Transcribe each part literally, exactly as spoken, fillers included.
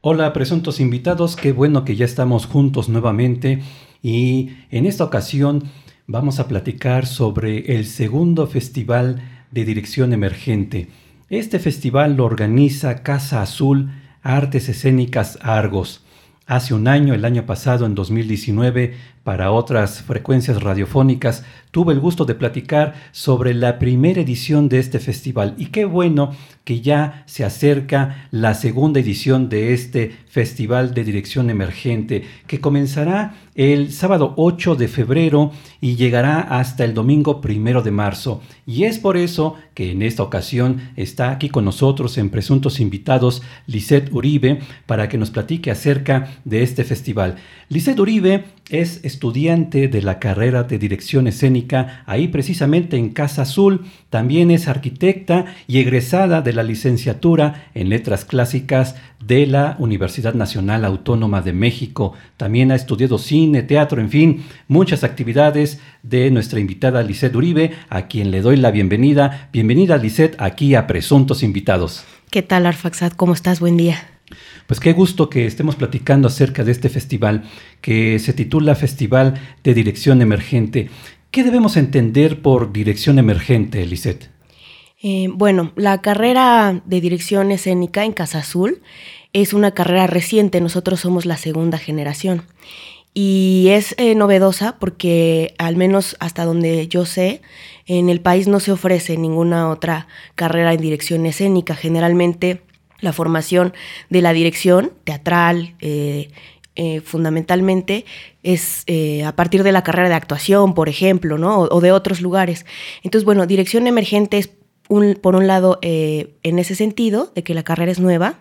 Hola, presuntos invitados, qué bueno que ya estamos juntos nuevamente y en esta ocasión vamos a platicar sobre el segundo Festival de Dirección Emergente. Este festival lo organiza Casa Azul Artes Escénicas Argos. Hace un año, el año pasado, en dos mil diecinueve, para otras frecuencias radiofónicas, tuve el gusto de platicar sobre la primera edición de este festival. Y qué bueno que ya se acerca la segunda edición de este Festival de Dirección Emergente, que comenzará el sábado ocho de febrero y llegará hasta el domingo primero de marzo. Y es por eso que en esta ocasión está aquí con nosotros en Presuntos Invitados Lisette Uribe para que nos platique acerca de este festival. Lisette Uribe es estudiante de la carrera de Dirección Escénica, ahí precisamente en Casa Azul. También es arquitecta y egresada de la licenciatura en Letras Clásicas de la Universidad Nacional Autónoma de México. También ha estudiado cine, teatro, en fin, muchas actividades de nuestra invitada Lisette Uribe, a quien le doy la bienvenida. Bienvenida, Lisette, aquí a Presuntos Invitados. ¿Qué tal, Arfaxad? ¿Cómo estás? Buen día. Pues qué gusto que estemos platicando acerca de este festival que se titula Festival de Dirección Emergente. ¿Qué debemos entender por dirección emergente, Lisette? Eh, bueno, la carrera de dirección escénica en Casa Azul es una carrera reciente. Nosotros somos la segunda generación. Y es eh, novedosa porque, al menos hasta donde yo sé, en el país no se ofrece ninguna otra carrera en dirección escénica. Generalmente, la formación de la dirección teatral, eh, eh, fundamentalmente, es eh, a partir de la carrera de actuación, por ejemplo, ¿no? O, o de otros lugares. Entonces, bueno, dirección emergente es, un, por un lado, eh, en ese sentido, de que la carrera es nueva,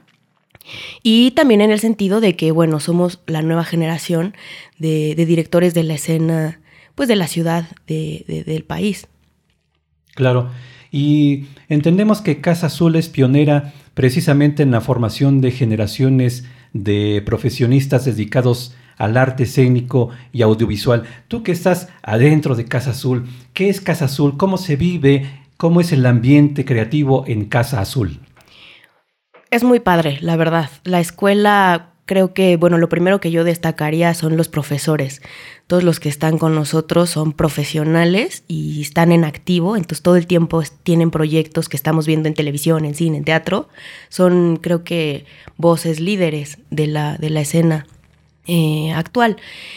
y también en el sentido de que, bueno, somos la nueva generación de, de directores de la escena, pues, de la ciudad, de, de, del país. Claro, y entendemos que Casa Azul es pionera precisamente en la formación de generaciones de profesionistas dedicados al arte escénico y audiovisual. Tú que estás adentro de Casa Azul, ¿qué es Casa Azul? ¿Cómo se vive? ¿Cómo es el ambiente creativo en Casa Azul? Es muy padre, la verdad. La escuela, creo que, bueno, lo primero que yo destacaría son los profesores. Todos los que están con nosotros son profesionales y están en activo, entonces todo el tiempo tienen proyectos que estamos viendo en televisión, en cine, en teatro. Son, creo que, voces líderes de la, de la escena eh, actual.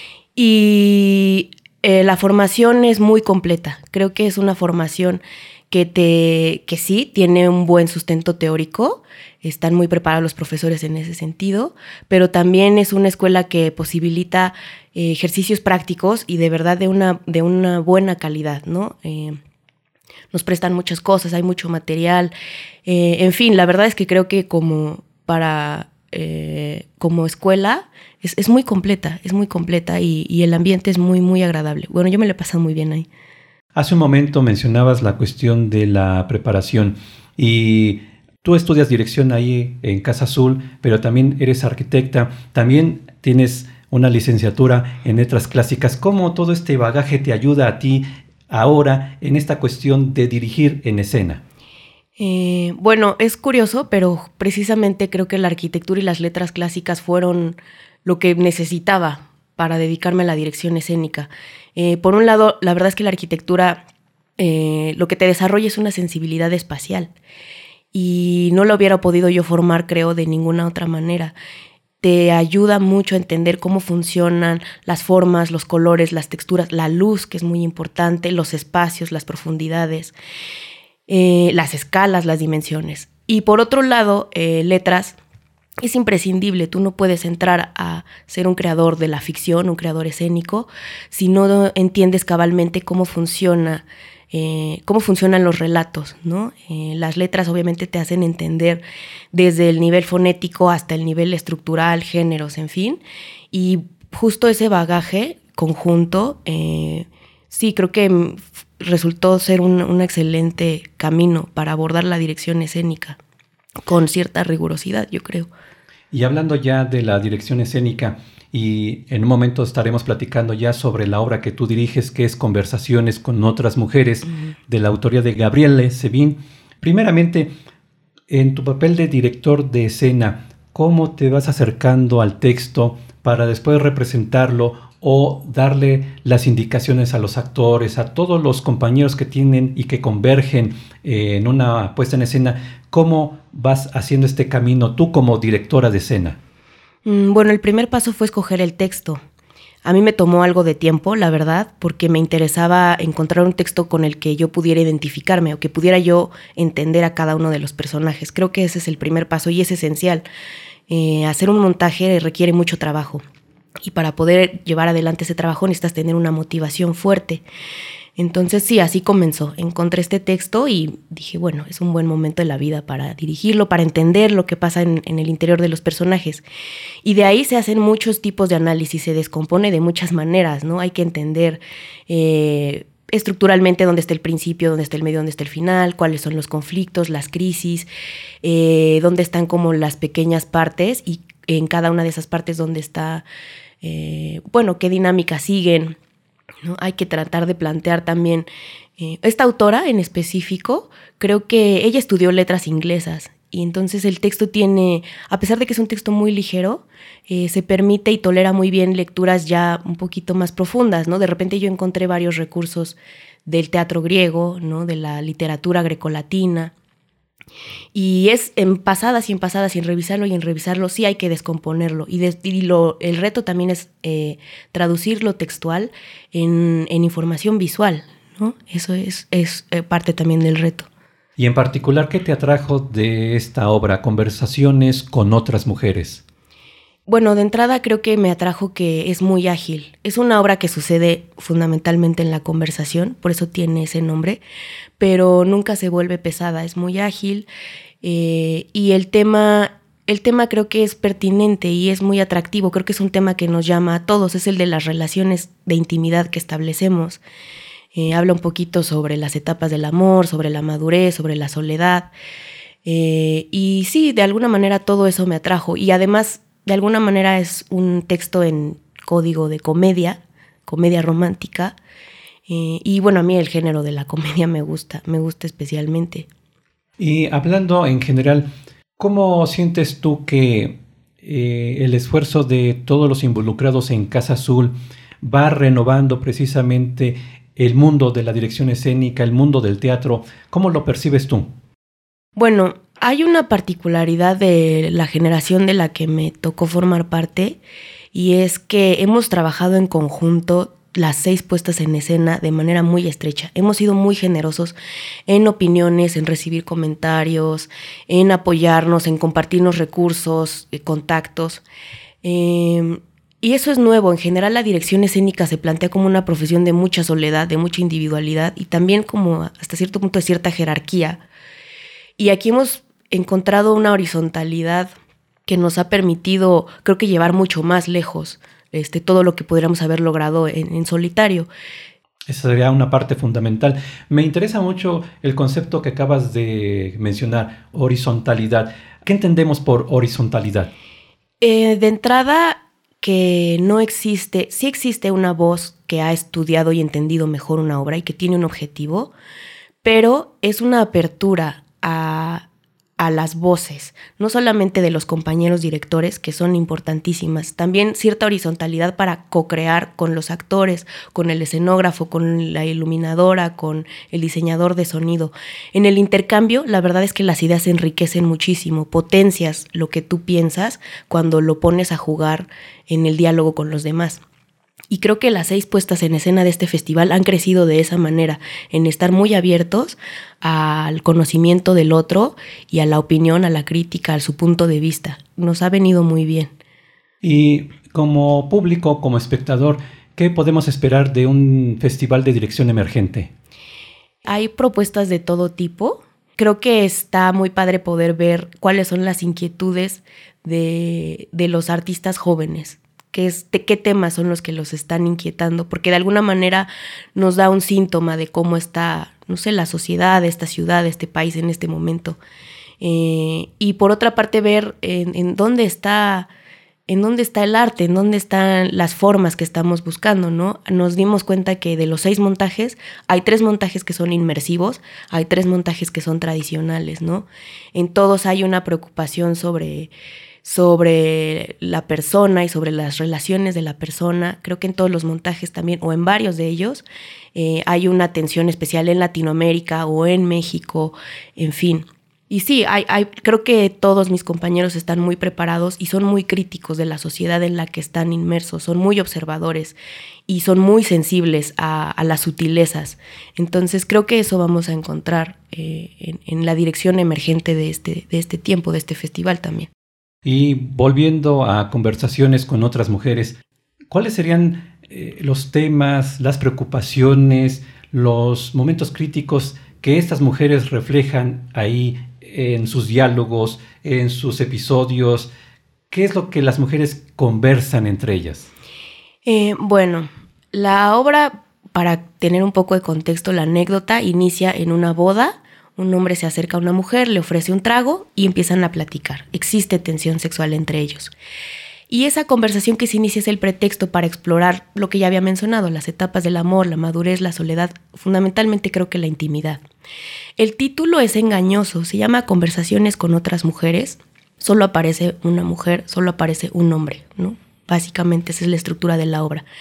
Y eh, la formación es muy completa. Creo que es una formación que, te, que sí tiene un buen sustento teórico. Están muy preparados los profesores en ese sentido, pero también es una escuela que posibilita eh, ejercicios prácticos y de verdad de una, de una buena calidad, ¿no? Eh, nos prestan muchas cosas, hay mucho material. Eh, en fin, la verdad es que creo que como, para, eh, como escuela es, es muy completa, es muy completa y, y el ambiente es muy, muy agradable. Bueno, yo me lo he pasado muy bien ahí. Hace un momento mencionabas la cuestión de la preparación y tú estudias dirección ahí en Casa Azul, pero también eres arquitecta, también tienes una licenciatura en Letras Clásicas. ¿Cómo todo este bagaje te ayuda a ti ahora en esta cuestión de dirigir en escena? Eh, bueno, es curioso, pero precisamente creo que la arquitectura y las letras clásicas fueron lo que necesitaba para dedicarme a la dirección escénica. Eh, por un lado, la verdad es que la arquitectura eh, lo que te desarrolla es una sensibilidad espacial. Y no lo hubiera podido yo formar, creo, de ninguna otra manera. Te ayuda mucho a entender cómo funcionan las formas, los colores, las texturas, la luz, que es muy importante, los espacios, las profundidades, eh, las escalas, las dimensiones. Y por otro lado, eh, letras es imprescindible. Tú no puedes entrar a ser un creador de la ficción, un creador escénico, si no entiendes cabalmente cómo funciona Eh, cómo funcionan los relatos, ¿no? Eh, las letras obviamente te hacen entender desde el nivel fonético hasta el nivel estructural, géneros, en fin. Y justo ese bagaje conjunto, eh, sí, creo que resultó ser un, un excelente camino para abordar la dirección escénica con cierta rigurosidad, yo creo. Y hablando ya de la dirección escénica, y en un momento estaremos platicando ya sobre la obra que tú diriges, que es Conversaciones con otras mujeres, uh-huh. de la autoría de Gabriele Sevin. Primeramente, en tu papel de director de escena, cómo te vas acercando al texto para después representarlo o darle las indicaciones a los actores, a todos los compañeros que tienen y que convergen eh, en una puesta en escena. ¿Cómo vas haciendo este camino tú como directora de escena? Mm, bueno, el primer paso fue escoger el texto. A mí me tomó algo de tiempo, la verdad, porque me interesaba encontrar un texto con el que yo pudiera identificarme o que pudiera yo entender a cada uno de los personajes. Creo que ese es el primer paso y es esencial. Eh, hacer un montaje requiere mucho trabajo y para poder llevar adelante ese trabajo necesitas tener una motivación fuerte. Entonces sí, así comenzó. Encontré este texto y dije, bueno, es un buen momento de la vida para dirigirlo, para entender lo que pasa en, en el interior de los personajes. Y de ahí se hacen muchos tipos de análisis, se descompone de muchas maneras, ¿no? Hay que entender eh, estructuralmente dónde está el principio, dónde está el medio, dónde está el final, cuáles son los conflictos, las crisis, eh, dónde están como las pequeñas partes y en cada una de esas partes dónde está, eh, bueno, qué dinámicas siguen, ¿no? Hay que tratar de plantear también, eh, esta autora en específico, creo que ella estudió letras inglesas y entonces el texto tiene, a pesar de que es un texto muy ligero, eh, se permite y tolera muy bien lecturas ya un poquito más profundas, ¿no? De repente yo encontré varios recursos del teatro griego, ¿no? De la literatura grecolatina. Y es en pasadas y en pasadas y en revisarlo y en revisarlo sí hay que descomponerlo y, de, y lo, el reto también es eh, traducir lo textual en, en información visual, ¿no? Eso es, es eh, parte también del reto. Y en particular, ¿qué te atrajo de esta obra, Conversaciones con otras mujeres? Bueno, de entrada creo que me atrajo que es muy ágil. Es una obra que sucede fundamentalmente en la conversación, por eso tiene ese nombre, pero nunca se vuelve pesada, es muy ágil eh, y el tema, el tema creo que es pertinente y es muy atractivo. Creo que es un tema que nos llama a todos, es el de las relaciones de intimidad que establecemos. Eh, habla un poquito sobre las etapas del amor, sobre la madurez, sobre la soledad. Eh, y sí, de alguna manera todo eso me atrajo y además de alguna manera es un texto en código de comedia, comedia romántica. Eh, y bueno, a mí el género de la comedia me gusta, me gusta especialmente. Y hablando en general, ¿cómo sientes tú que eh, el esfuerzo de todos los involucrados en Casa Azul va renovando precisamente el mundo de la dirección escénica, el mundo del teatro? ¿Cómo lo percibes tú? Bueno, hay una particularidad de la generación de la que me tocó formar parte y es que hemos trabajado en conjunto las seis puestas en escena de manera muy estrecha. Hemos sido muy generosos en opiniones, en recibir comentarios, en apoyarnos, en compartirnos recursos, contactos. Eh, y eso es nuevo. En general la dirección escénica se plantea como una profesión de mucha soledad, de mucha individualidad y también como hasta cierto punto de cierta jerarquía. Y aquí hemos encontrado una horizontalidad que nos ha permitido, creo que, llevar mucho más lejos este, todo lo que pudiéramos haber logrado en, en solitario. Esa sería una parte fundamental. Me interesa mucho el concepto que acabas de mencionar, horizontalidad. ¿Qué entendemos por horizontalidad? Eh, de entrada, que no existe, sí existe una voz que ha estudiado y entendido mejor una obra y que tiene un objetivo, pero es una apertura A, a las voces, no solamente de los compañeros directores, que son importantísimas, también cierta horizontalidad para co-crear con los actores, con el escenógrafo, con la iluminadora, con el diseñador de sonido. En el intercambio, la verdad es que las ideas se enriquecen muchísimo, potencias lo que tú piensas cuando lo pones a jugar en el diálogo con los demás. Y creo que las seis puestas en escena de este festival han crecido de esa manera, en estar muy abiertos al conocimiento del otro y a la opinión, a la crítica, a su punto de vista. Nos ha venido muy bien. Y como público, como espectador, ¿qué podemos esperar de un festival de dirección emergente? Hay propuestas de todo tipo. Creo que está muy padre poder ver cuáles son las inquietudes de, de los artistas jóvenes. Qué, es, de qué temas son los que los están inquietando, porque de alguna manera nos da un síntoma de cómo está, no sé, la sociedad, esta ciudad, este país en este momento. Eh, y por otra parte ver en, en dónde está, en dónde está el arte, en dónde están las formas que estamos buscando, ¿no? Nos dimos cuenta que de los seis montajes, hay tres montajes que son inmersivos, hay tres montajes que son tradicionales, ¿no? En todos hay una preocupación sobre sobre la persona y sobre las relaciones de la persona. Creo que en todos los montajes también, o en varios de ellos, eh, hay una atención especial en Latinoamérica o en México, en fin. Y sí, hay, hay, creo que todos mis compañeros están muy preparados y son muy críticos de la sociedad en la que están inmersos, son muy observadores y son muy sensibles a, a las sutilezas. Entonces creo que eso vamos a encontrar eh, en, en la dirección emergente de este, de este tiempo, de este festival también. Y volviendo a conversaciones con otras mujeres, ¿cuáles serían eh, los temas, las preocupaciones, los momentos críticos que estas mujeres reflejan ahí en sus diálogos, en sus episodios? ¿Qué es lo que las mujeres conversan entre ellas? Eh, bueno, la obra, para tener un poco de contexto, la anécdota inicia en una boda. Un hombre se acerca a una mujer, le ofrece un trago y empiezan a platicar. Existe tensión sexual entre ellos. Y esa conversación que se inicia es el pretexto para explorar lo que ya había mencionado, las etapas del amor, la madurez, la soledad, fundamentalmente creo que la intimidad. El título es engañoso, se llama Conversaciones con otras mujeres. Solo aparece una mujer, solo aparece un hombre, ¿no? Básicamente esa es la estructura de la obra.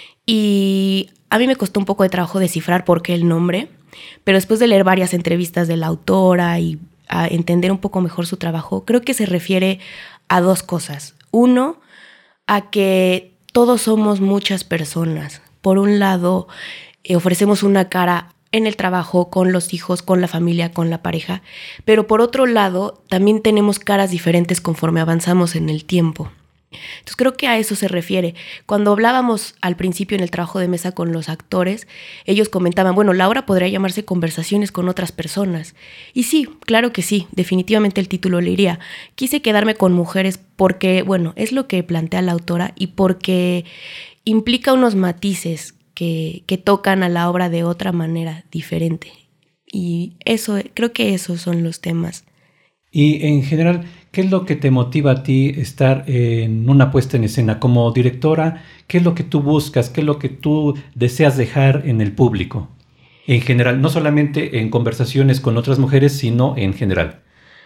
Y a mí me costó un poco de trabajo descifrar por qué el nombre, pero después de leer varias entrevistas de la autora y a entender un poco mejor su trabajo, creo que se refiere a dos cosas. Uno, a que todos somos muchas personas. Por un lado, eh, ofrecemos una cara en el trabajo, con los hijos, con la familia, con la pareja, pero por otro lado, también tenemos caras diferentes conforme avanzamos en el tiempo. Entonces creo que a eso se refiere. Cuando hablábamos al principio en el trabajo de mesa con los actores, ellos comentaban, bueno, la obra podría llamarse Conversaciones con otras personas. Y sí, claro que sí, definitivamente el título le iría. Quise quedarme con mujeres porque, bueno, es lo que plantea la autora y porque implica unos matices que, que tocan a la obra de otra manera diferente. Y eso, creo que esos son los temas. Y en general, ¿qué es lo que te motiva a ti estar en una puesta en escena como directora? ¿Qué es lo que tú buscas? ¿Qué es lo que tú deseas dejar en el público? En general, no solamente en conversaciones con otras mujeres, sino en general.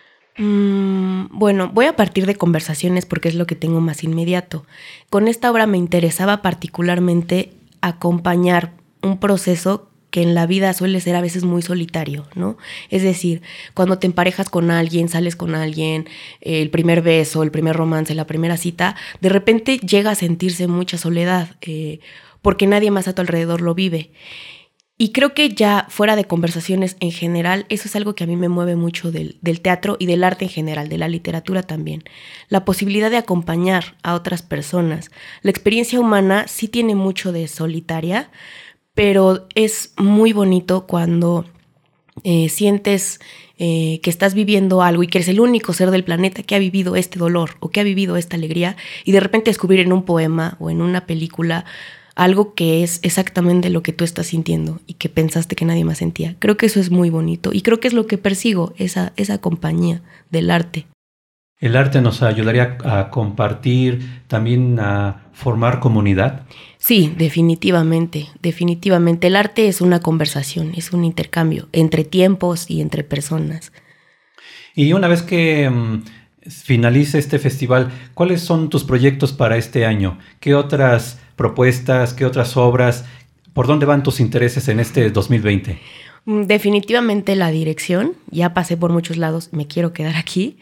Mm, bueno, voy a partir de conversaciones porque es lo que tengo más inmediato. Con esta obra me interesaba particularmente acompañar un proceso que en la vida suele ser a veces muy solitario, ¿no? Es decir, cuando te emparejas con alguien, sales con alguien, el primer beso, el primer romance, la primera cita, de repente llega a sentirse mucha soledad, eh, porque nadie más a tu alrededor lo vive. Y creo que ya fuera de conversaciones en general, eso es algo que a mí me mueve mucho del, del teatro y del arte en general, de la literatura también. La posibilidad de acompañar a otras personas. La experiencia humana sí tiene mucho de solitaria, pero es muy bonito cuando eh, sientes eh, que estás viviendo algo y que eres el único ser del planeta que ha vivido este dolor o que ha vivido esta alegría y de repente descubrir en un poema o en una película algo que es exactamente lo que tú estás sintiendo y que pensaste que nadie más sentía. Creo que eso es muy bonito y creo que es lo que persigo, esa, esa compañía del arte. ¿El arte nos ayudaría a compartir, también a formar comunidad? Sí, definitivamente, definitivamente. El arte es una conversación, es un intercambio entre tiempos y entre personas. Y una vez que um, finalice este festival, ¿cuáles son tus proyectos para este año? ¿Qué otras propuestas, qué otras obras, por dónde van tus intereses en este dos mil veinte? Definitivamente la dirección. Ya pasé por muchos lados, me quiero quedar aquí.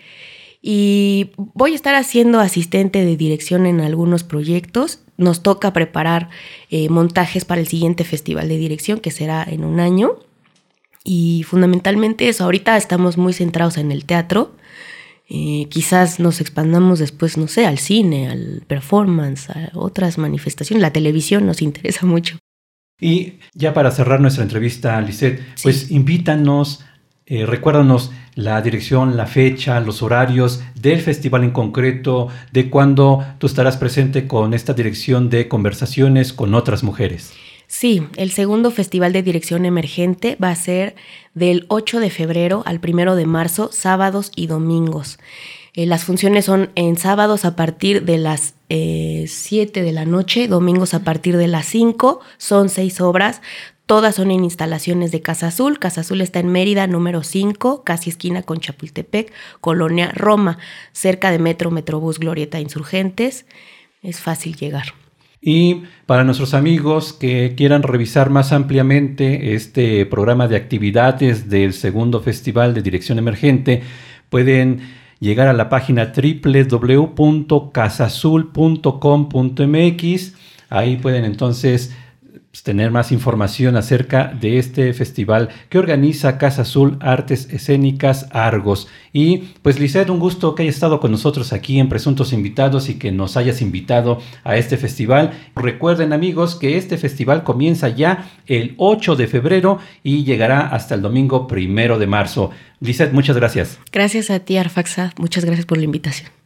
Y voy a estar haciendo asistente de dirección en algunos proyectos. Nos toca preparar eh, montajes para el siguiente festival de dirección, que será en un año. Y fundamentalmente eso, ahorita estamos muy centrados en el teatro. Eh, quizás nos expandamos después, no sé, al cine, al performance, a otras manifestaciones. La televisión nos interesa mucho. Y ya para cerrar nuestra entrevista, Lisette, sí. pues invítanos, eh, recuérdanos la dirección, la fecha, los horarios del festival en concreto, de cuándo tú estarás presente con esta dirección de conversaciones con otras mujeres. Sí, el segundo Festival de Dirección Emergente va a ser del ocho de febrero al primero de marzo, sábados y domingos. Eh, las funciones son en sábados a partir de las eh, siete de la noche, domingos a partir de las cinco, son seis obras. Todas son en instalaciones de Casa Azul. Casa Azul está en Mérida, número cinco, casi esquina con Chapultepec, Colonia Roma, cerca de Metro, Metrobús, Glorieta Insurgentes. Es fácil llegar. Y para nuestros amigos que quieran revisar más ampliamente este programa de actividades del segundo Festival de Dirección Emergente, pueden llegar a la página doble u doble u doble u punto casa azul punto com punto m x. Ahí pueden entonces tener más información acerca de este festival que organiza Casa Azul Artes Escénicas Argos. Y pues Lisette, un gusto que hayas estado con nosotros aquí en Presuntos Invitados y que nos hayas invitado a este festival. Recuerden, amigos, que este festival comienza ya el ocho de febrero y llegará hasta el domingo primero de marzo. Lisette, muchas gracias. Gracias a ti, Arfaxad. Muchas gracias por la invitación.